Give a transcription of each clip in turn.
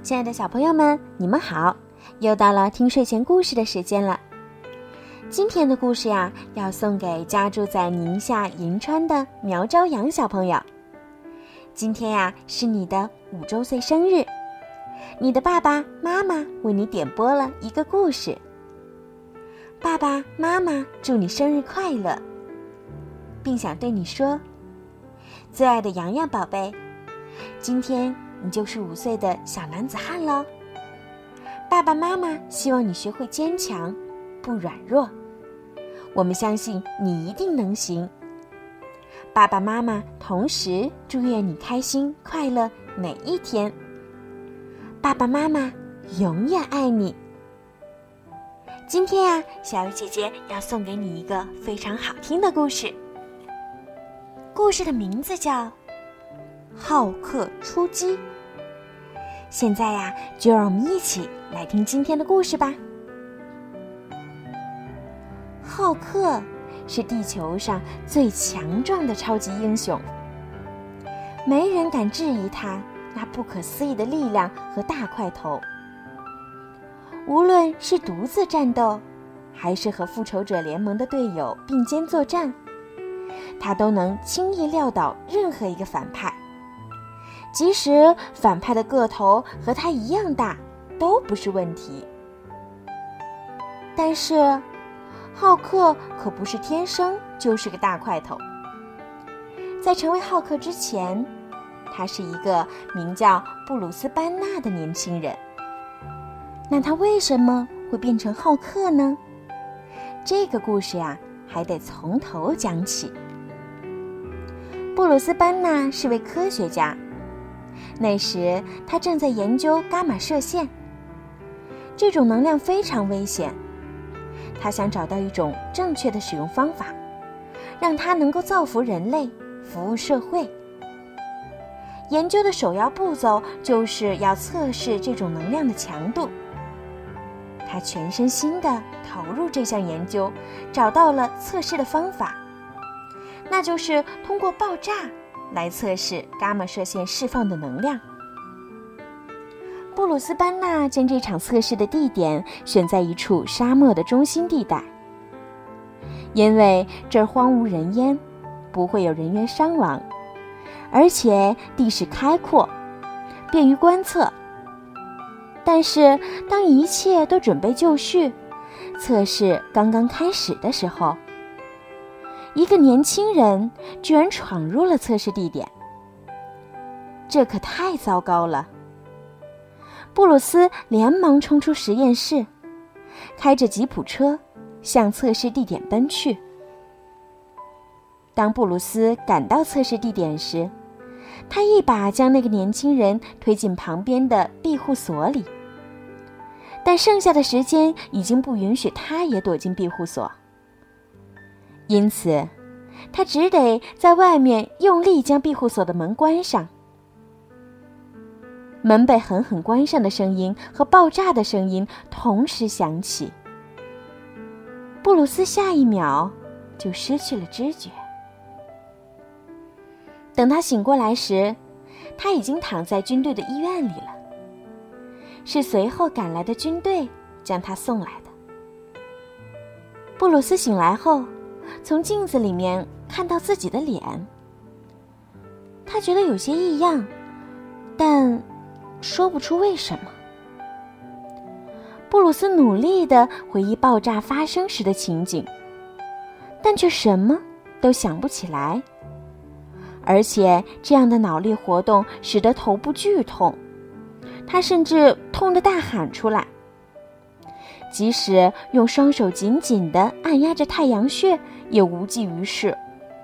亲爱的小朋友们，你们好，又到了听睡前故事的时间了。今天的故事呀，要送给家住在宁夏银川的苗朝阳小朋友。今天呀，是你的5周岁生日，你的爸爸妈妈为你点播了一个故事。爸爸妈妈祝你生日快乐，并想对你说，最爱的洋洋宝贝，今天你就是5岁的小男子汉了。爸爸妈妈希望你学会坚强，不软弱。我们相信你一定能行。爸爸妈妈同时祝愿你开心快乐每一天。爸爸妈妈永远爱你。今天呀，小鱼姐姐要送给你一个非常好听的故事。故事的名字叫《浩克出击》。现在呀，就让我们一起来听今天的故事吧。浩克是地球上最强壮的超级英雄，没人敢质疑他那不可思议的力量和大块头。无论是独自战斗，还是和复仇者联盟的队友并肩作战，他都能轻易撂倒任何一个反派，即使反派的个头和他一样大，都不是问题。但是浩克可不是天生就是个大块头。在成为浩克之前，他是一个名叫布鲁斯·班纳的年轻人。那他为什么会变成浩克呢？这个故事呀，还得从头讲起。布鲁斯·班纳是位科学家，那时他正在研究伽马射线，这种能量非常危险。他想找到一种正确的使用方法，让它能够造福人类，服务社会。研究的首要步骤就是要测试这种能量的强度。他全身心地投入这项研究，找到了测试的方法，那就是通过爆炸来测试伽马射线释放的能量。布鲁斯·班纳将这场测试的地点选在一处沙漠的中心地带，因为这儿荒无人烟，不会有人员伤亡，而且地势开阔，便于观测。但是当一切都准备就绪，测试刚刚开始的时候，一个年轻人居然闯入了测试地点。这可太糟糕了！布鲁斯连忙冲出实验室，开着吉普车向测试地点奔去。当布鲁斯赶到测试地点时，他一把将那个年轻人推进旁边的庇护所里，但剩下的时间已经不允许他也躲进庇护所，因此他只得在外面用力将庇护所的门关上。门被狠狠关上的声音和爆炸的声音同时响起，布鲁斯下一秒就失去了知觉。等他醒过来时，他已经躺在军队的医院里了，是随后赶来的军队将他送来的。布鲁斯醒来后，从镜子里面看到自己的脸，他觉得有些异样，但说不出为什么。布鲁斯努力地回忆爆炸发生时的情景，但却什么都想不起来，而且这样的脑力活动使得头部剧痛，他甚至痛得大喊出来。即使用双手紧紧地按压着太阳穴，也无济于事。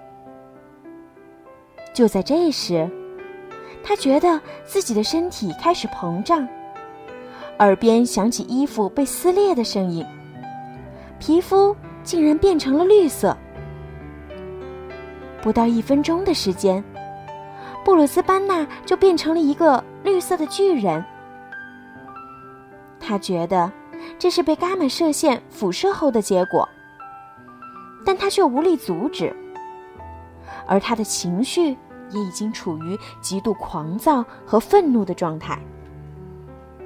就在这时，他觉得自己的身体开始膨胀，耳边响起衣服被撕裂的声音，皮肤竟然变成了绿色。不到1分钟的时间，布鲁斯·班纳就变成了一个绿色的巨人。他觉得这是被伽马射线辐射后的结果，但他却无力阻止，而他的情绪也已经处于极度狂躁和愤怒的状态。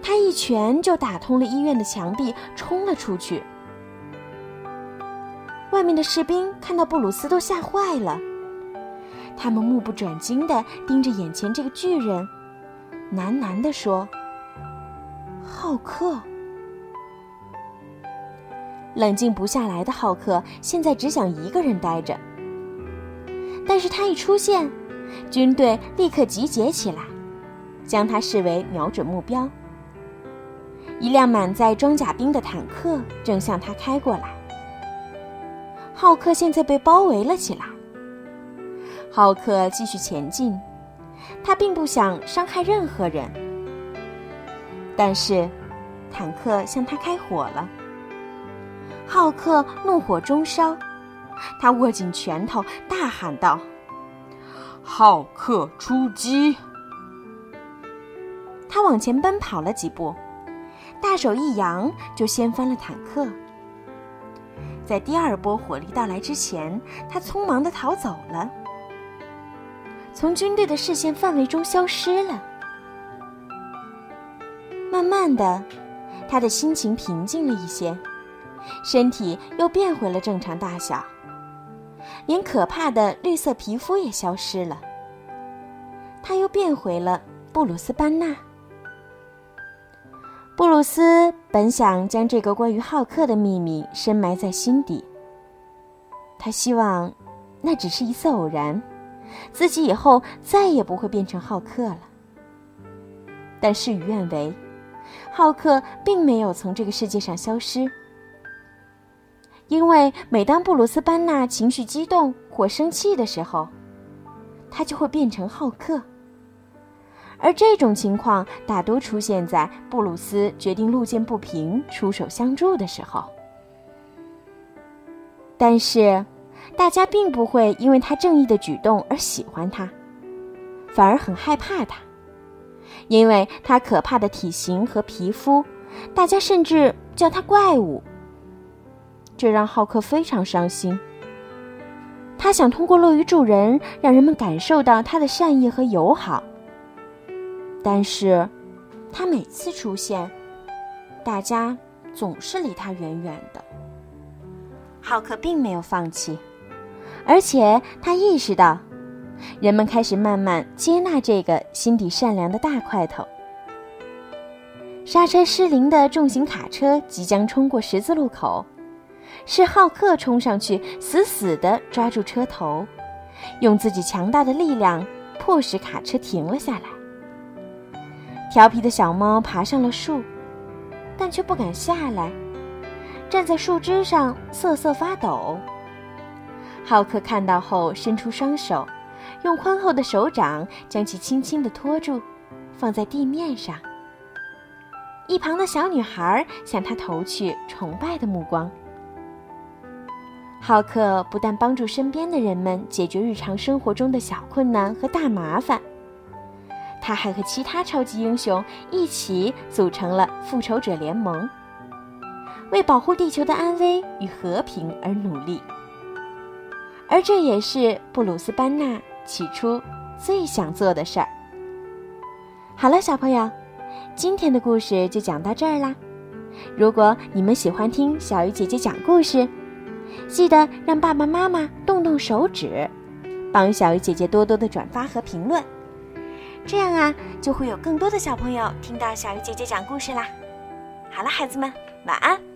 他一拳就打通了医院的墙壁，冲了出去。外面的士兵看到布鲁斯都吓坏了，他们目不转睛地盯着眼前这个巨人，喃喃地说：“浩克。”冷静不下来的浩克现在只想一个人待着，但是他一出现，军队立刻集结起来，将他视为瞄准目标。一辆满载装甲兵的坦克正向他开过来。浩克现在被包围了起来。浩克继续前进，他并不想伤害任何人，但是坦克向他开火了。浩克怒火中烧，他握紧拳头，大喊道：“浩克出击！”他往前奔跑了几步，大手一扬就掀翻了坦克。在第二波火力到来之前，他匆忙地逃走了，从军队的视线范围中消失了。慢慢的，他的心情平静了一些，身体又变回了正常大小，连可怕的绿色皮肤也消失了。他又变回了布鲁斯·班纳。布鲁斯本想将这个关于浩克的秘密深埋在心底，他希望那只是一次偶然，自己以后再也不会变成浩克了。但事与愿违，浩克并没有从这个世界上消失。因为每当布鲁斯·班纳情绪激动或生气的时候，他就会变成浩克。而这种情况大多出现在布鲁斯决定路见不平出手相助的时候。但是大家并不会因为他正义的举动而喜欢他，反而很害怕他，因为他可怕的体型和皮肤，大家甚至叫他怪物。这让浩克非常伤心，他想通过乐于助人让人们感受到他的善意和友好，但是他每次出现，大家总是离他远远的。浩克并没有放弃，而且他意识到，人们开始慢慢接纳这个心底善良的大块头。刹车失灵的重型卡车即将冲过十字路口，是浩克冲上去死死地抓住车头，用自己强大的力量迫使卡车停了下来。调皮的小猫爬上了树，但却不敢下来，站在树枝上瑟瑟发抖。浩克看到后伸出双手，用宽厚的手掌将其轻轻地托住，放在地面上。一旁的小女孩向他投去崇拜的目光。浩克不但帮助身边的人们解决日常生活中的小困难和大麻烦，他还和其他超级英雄一起组成了复仇者联盟，为保护地球的安危与和平而努力。而这也是布鲁斯·班纳起初最想做的事儿。好了，小朋友，今天的故事就讲到这儿啦。如果你们喜欢听小鱼姐姐讲故事，记得让爸爸妈妈动动手指，帮小鱼姐姐多多的转发和评论，这样啊，就会有更多的小朋友听到小鱼姐姐讲故事啦。好了，孩子们，晚安。